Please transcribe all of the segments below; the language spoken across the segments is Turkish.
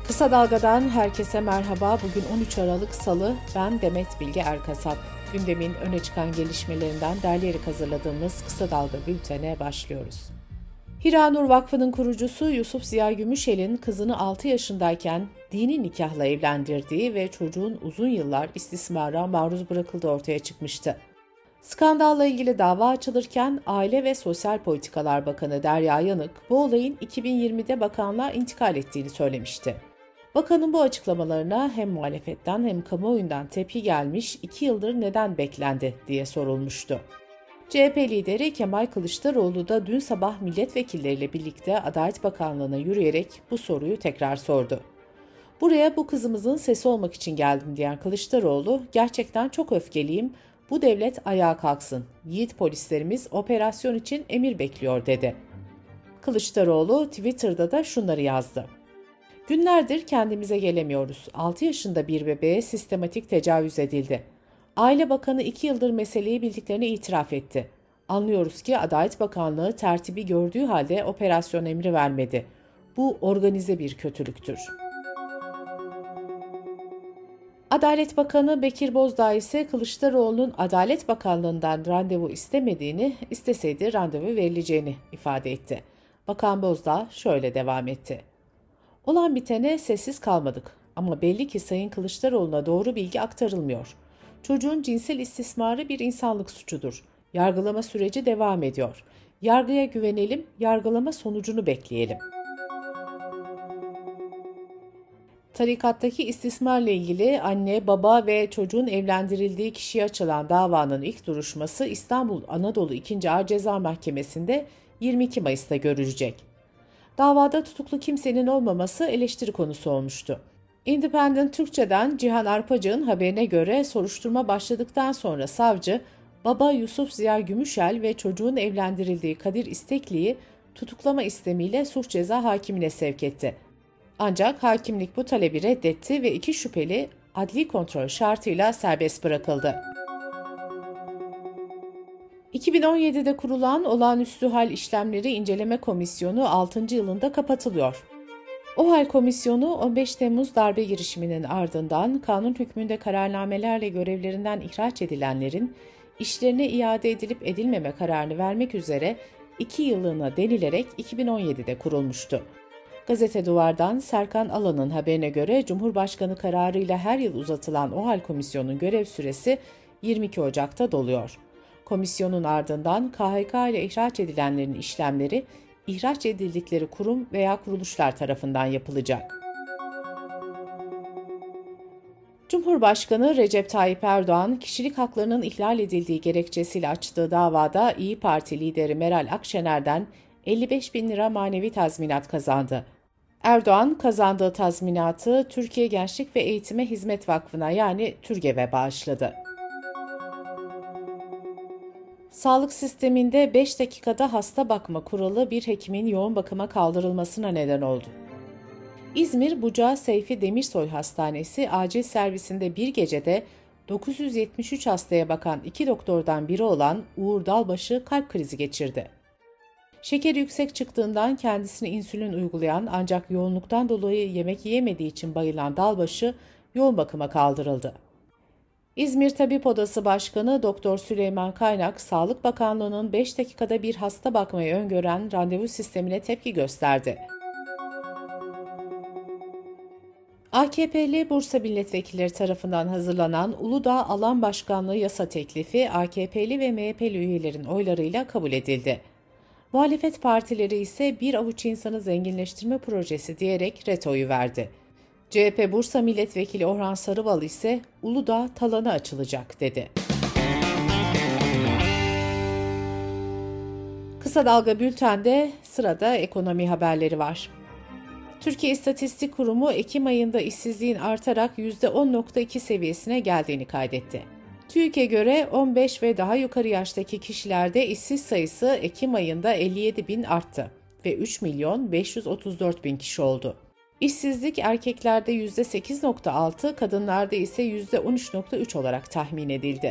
Kısa Dalga'dan herkese merhaba. Bugün 13 Aralık Salı, ben Demet Bilge Erkasap. Gündemin öne çıkan gelişmelerinden derleyerek hazırladığımız Kısa Dalga bültene başlıyoruz. Hiranur Vakfı'nın kurucusu Yusuf Ziya Gümüşel'in kızını 6 yaşındayken dini nikahla evlendirdiği ve çocuğun uzun yıllar istismara maruz bırakıldığı ortaya çıkmıştı. Skandalla ilgili dava açılırken Aile ve Sosyal Politikalar Bakanı Derya Yanık, bu olayın 2020'de bakanlığa intikal ettiğini söylemişti. Bakanın bu açıklamalarına hem muhalefetten hem kamuoyundan tepki gelmiş, 2 yıldır neden beklendi diye sorulmuştu. CHP lideri Kemal Kılıçdaroğlu da dün sabah milletvekilleriyle birlikte Adalet Bakanlığı'na yürüyerek bu soruyu tekrar sordu. "Buraya bu kızımızın sesi olmak için geldim" diyen Kılıçdaroğlu, "Gerçekten çok öfkeliyim, bu devlet ayağa kalksın, yiğit polislerimiz operasyon için emir bekliyor" dedi. Kılıçdaroğlu Twitter'da da şunları yazdı. "Günlerdir kendimize gelemiyoruz. 6 yaşında bir bebeğe sistematik tecavüz edildi. Aile Bakanı 2 yıldır meseleyi bildiklerini itiraf etti. Anlıyoruz ki Adalet Bakanlığı tertibi gördüğü halde operasyon emri vermedi. Bu organize bir kötülüktür." Adalet Bakanı Bekir Bozdağ ise Kılıçdaroğlu'nun Adalet Bakanlığı'ndan randevu istemediğini, isteseydi randevu verileceğini ifade etti. Bakan Bozdağ şöyle devam etti. "Olan bitene sessiz kalmadık ama belli ki Sayın Kılıçdaroğlu'na doğru bilgi aktarılmıyor. Çocuğun cinsel istismarı bir insanlık suçudur. Yargılama süreci devam ediyor. Yargıya güvenelim, yargılama sonucunu bekleyelim." Tarikattaki istismarla ilgili anne, baba ve çocuğun evlendirildiği kişiye açılan davanın ilk duruşması İstanbul Anadolu 2. Ağır Ceza Mahkemesi'nde 22 Mayıs'ta görülecek. Davada tutuklu kimsenin olmaması eleştiri konusu olmuştu. Independent Türkçe'den Cihan Arpacık'ın haberine göre soruşturma başladıktan sonra savcı, baba Yusuf Ziya Gümüşel ve çocuğun evlendirildiği Kadir İstekli'yi tutuklama istemiyle suç ceza hakimine sevk etti. Ancak hakimlik bu talebi reddetti ve 2 şüpheli adli kontrol şartıyla serbest bırakıldı. 2017'de kurulan Olağanüstü Hal İşlemleri İnceleme Komisyonu 6. yılında kapatılıyor. OHAL Komisyonu 15 Temmuz darbe girişiminin ardından kanun hükmünde kararnamelerle görevlerinden ihraç edilenlerin işlerine iade edilip edilmeme kararını vermek üzere 2 yıllığına denilerek 2017'de kurulmuştu. Gazete Duvar'dan Serkan Alan'ın haberine göre Cumhurbaşkanı kararıyla her yıl uzatılan OHAL Komisyonu'nun görev süresi 22 Ocak'ta doluyor. Komisyonun ardından KHK ile ihraç edilenlerin işlemleri ihraç edildikleri kurum veya kuruluşlar tarafından yapılacak. Cumhurbaşkanı Recep Tayyip Erdoğan, kişilik haklarının ihlal edildiği gerekçesiyle açtığı davada İYİ Parti lideri Meral Akşener'den 55 bin lira manevi tazminat kazandı. Erdoğan, kazandığı tazminatı Türkiye Gençlik ve Eğitime Hizmet Vakfı'na yani TÜRGEV'e bağışladı. Sağlık sisteminde 5 dakikada hasta bakma kuralı bir hekimin yoğun bakıma kaldırılmasına neden oldu. İzmir Bucağı Seyfi Demirsoy Hastanesi acil servisinde bir gecede 973 hastaya bakan 2 doktordan biri olan Uğur Dalbaşı kalp krizi geçirdi. Şekeri yüksek çıktığından kendisine insülin uygulayan ancak yoğunluktan dolayı yemek yiyemediği için bayılan Dalbaşı yoğun bakıma kaldırıldı. İzmir Tabip Odası Başkanı Doktor Süleyman Kaynak, Sağlık Bakanlığı'nın 5 dakikada bir hasta bakmayı öngören randevu sistemine tepki gösterdi. AKP'li Bursa milletvekilleri tarafından hazırlanan Uludağ Alan Başkanlığı yasa teklifi AKP'li ve MHP'li üyelerin oylarıyla kabul edildi. Muhalefet partileri ise bir avuç insanı zenginleştirme projesi diyerek ret oyu verdi. CHP Bursa Milletvekili Orhan Sarıbal ise Uludağ talanı açılacak dedi. Kısa Dalga Bülten'de sırada ekonomi haberleri var. Türkiye İstatistik Kurumu Ekim ayında işsizliğin artarak %10.2 seviyesine geldiğini kaydetti. TÜİK'e göre 15 ve daha yukarı yaştaki kişilerde işsiz sayısı Ekim ayında 57 bin arttı ve 3 milyon 534 bin kişi oldu. İşsizlik erkeklerde %8.6, kadınlarda ise %13.3 olarak tahmin edildi.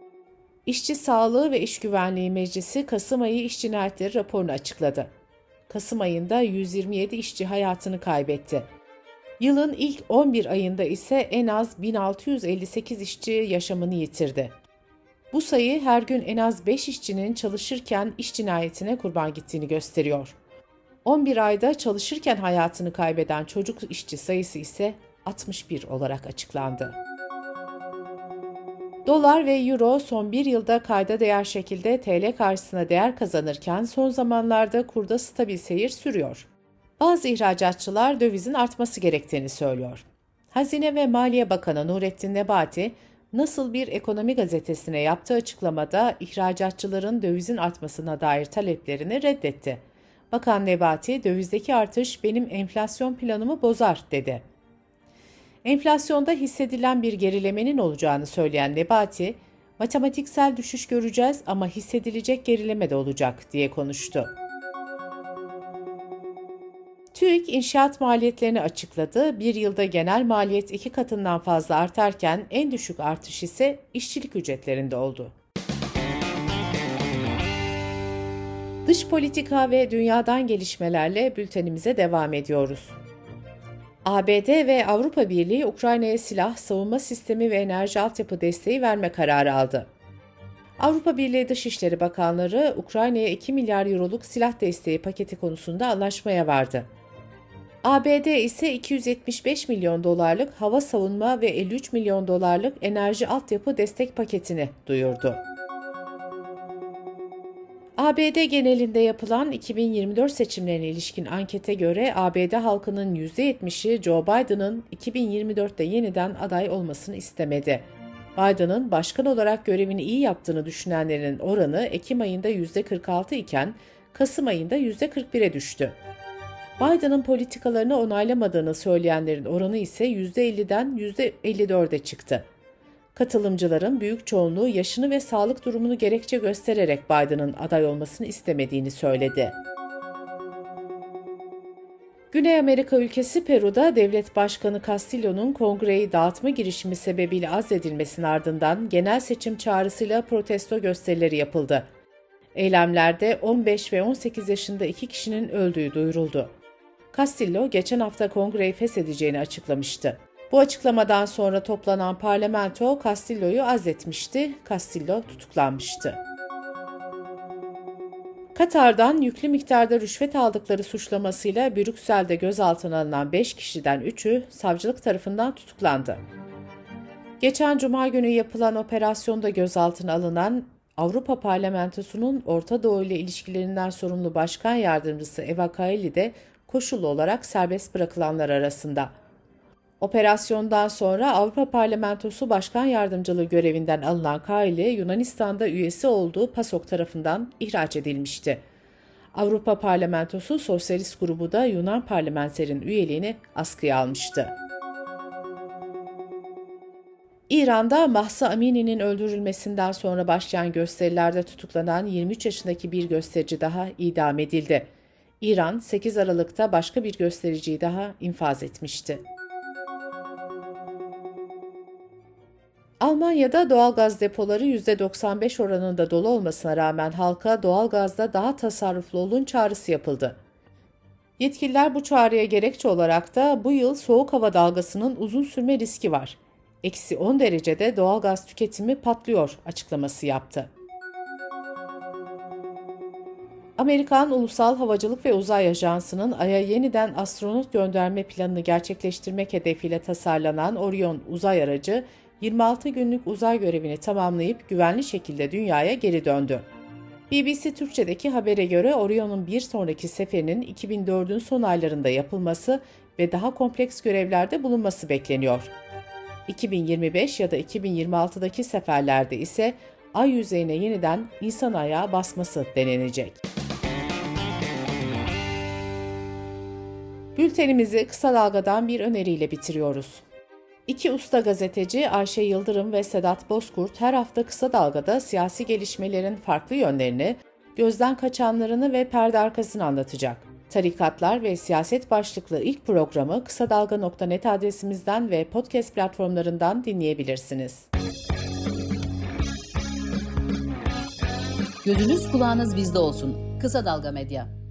İşçi Sağlığı ve İş Güvenliği Meclisi Kasım ayı iş cinayetleri raporunu açıkladı. Kasım ayında 127 işçi hayatını kaybetti. Yılın ilk 11 ayında ise en az 1658 işçi yaşamını yitirdi. Bu sayı her gün en az 5 işçinin çalışırken iş cinayetine kurban gittiğini gösteriyor. 11 ayda çalışırken hayatını kaybeden çocuk işçi sayısı ise 61 olarak açıklandı. Dolar ve euro son bir yılda kayda değer şekilde TL karşısına değer kazanırken son zamanlarda kurda stabil seyir sürüyor. Bazı ihracatçılar dövizin artması gerektiğini söylüyor. Hazine ve Maliye Bakanı Nurettin Nebati, Nasıl bir Ekonomi gazetesine yaptığı açıklamada ihracatçıların dövizin artmasına dair taleplerini reddetti. Bakan Nebati, dövizdeki artış benim enflasyon planımı bozar dedi. Enflasyonda hissedilen bir gerilemenin olacağını söyleyen Nebati, matematiksel düşüş göreceğiz ama hissedilecek gerileme de olacak diye konuştu. TÜİK inşaat maliyetlerini açıkladı. Bir yılda genel maliyet 2 katından fazla artarken en düşük artış ise işçilik ücretlerinde oldu. Dış politika ve dünyadan gelişmelerle bültenimize devam ediyoruz. ABD ve Avrupa Birliği Ukrayna'ya silah, savunma sistemi ve enerji altyapı desteği verme kararı aldı. Avrupa Birliği Dışişleri Bakanları Ukrayna'ya 2 milyar euroluk silah desteği paketi konusunda anlaşmaya vardı. ABD ise 275 milyon dolarlık hava savunma ve 53 milyon dolarlık enerji altyapı destek paketini duyurdu. ABD genelinde yapılan 2024 seçimlerine ilişkin ankete göre ABD halkının %70'i Joe Biden'ın 2024'te yeniden aday olmasını istemedi. Biden'ın başkan olarak görevini iyi yaptığını düşünenlerin oranı Ekim ayında %46 iken Kasım ayında %41'e düştü. Biden'ın politikalarını onaylamadığını söyleyenlerin oranı ise %50'den %54'e çıktı. Katılımcıların büyük çoğunluğu yaşını ve sağlık durumunu gerekçe göstererek Biden'ın aday olmasını istemediğini söyledi. Güney Amerika ülkesi Peru'da devlet başkanı Castillo'nun kongreyi dağıtma girişimi sebebiyle azledilmesinin ardından genel seçim çağrısıyla protesto gösterileri yapıldı. Eylemlerde 15 ve 18 yaşında 2 kişinin öldüğü duyuruldu. Castillo geçen hafta kongreyi feshedeceğini açıklamıştı. Bu açıklamadan sonra toplanan parlamento Castillo'yu azletmişti. Castillo tutuklanmıştı. Katar'dan yüklü miktarda rüşvet aldıkları suçlamasıyla Brüksel'de gözaltına alınan 5 kişiden 3'ü savcılık tarafından tutuklandı. Geçen Cuma günü yapılan operasyonda gözaltına alınan Avrupa Parlamentosu'nun Orta Doğu ile ilişkilerinden sorumlu Başkan Yardımcısı Eva Kaili de koşullu olarak serbest bırakılanlar arasında. Operasyondan sonra Avrupa Parlamentosu Başkan Yardımcılığı görevinden alınan Kaili, Yunanistan'da üyesi olduğu PASOK tarafından ihraç edilmişti. Avrupa Parlamentosu Sosyalist grubu da Yunan parlamenterin üyeliğini askıya almıştı. İran'da Mahsa Amini'nin öldürülmesinden sonra başlayan gösterilerde tutuklanan 23 yaşındaki bir gösterici daha idam edildi. İran, 8 Aralık'ta başka bir göstericiyi daha infaz etmişti. Almanya'da doğalgaz depoları %95 oranında dolu olmasına rağmen halka doğalgazda daha tasarruflu olun çağrısı yapıldı. Yetkililer bu çağrıya gerekçe olarak da bu yıl soğuk hava dalgasının uzun sürme riski var. -10 derecede doğalgaz tüketimi patlıyor açıklaması yaptı. Amerikan Ulusal Havacılık ve Uzay Ajansı'nın Ay'a yeniden astronot gönderme planını gerçekleştirmek hedefiyle tasarlanan Orion uzay aracı, 26 günlük uzay görevini tamamlayıp güvenli şekilde Dünya'ya geri döndü. BBC Türkçe'deki habere göre Orion'un bir sonraki seferinin 2004'ün son aylarında yapılması ve daha kompleks görevlerde bulunması bekleniyor. 2025 ya da 2026'daki seferlerde ise Ay yüzeyine yeniden insan ayağı basması denenecek. Bültenimizi kısa dalgadan bir öneriyle bitiriyoruz. İki usta gazeteci Ayşe Yıldırım ve Sedat Bozkurt her hafta Kısa Dalga'da siyasi gelişmelerin farklı yönlerini, gözden kaçanlarını ve perde arkasını anlatacak. Tarikatlar ve siyaset başlıklı ilk programı kısadalga.net adresimizden ve podcast platformlarından dinleyebilirsiniz. Gözünüz kulağınız bizde olsun. Kısa Dalga Medya.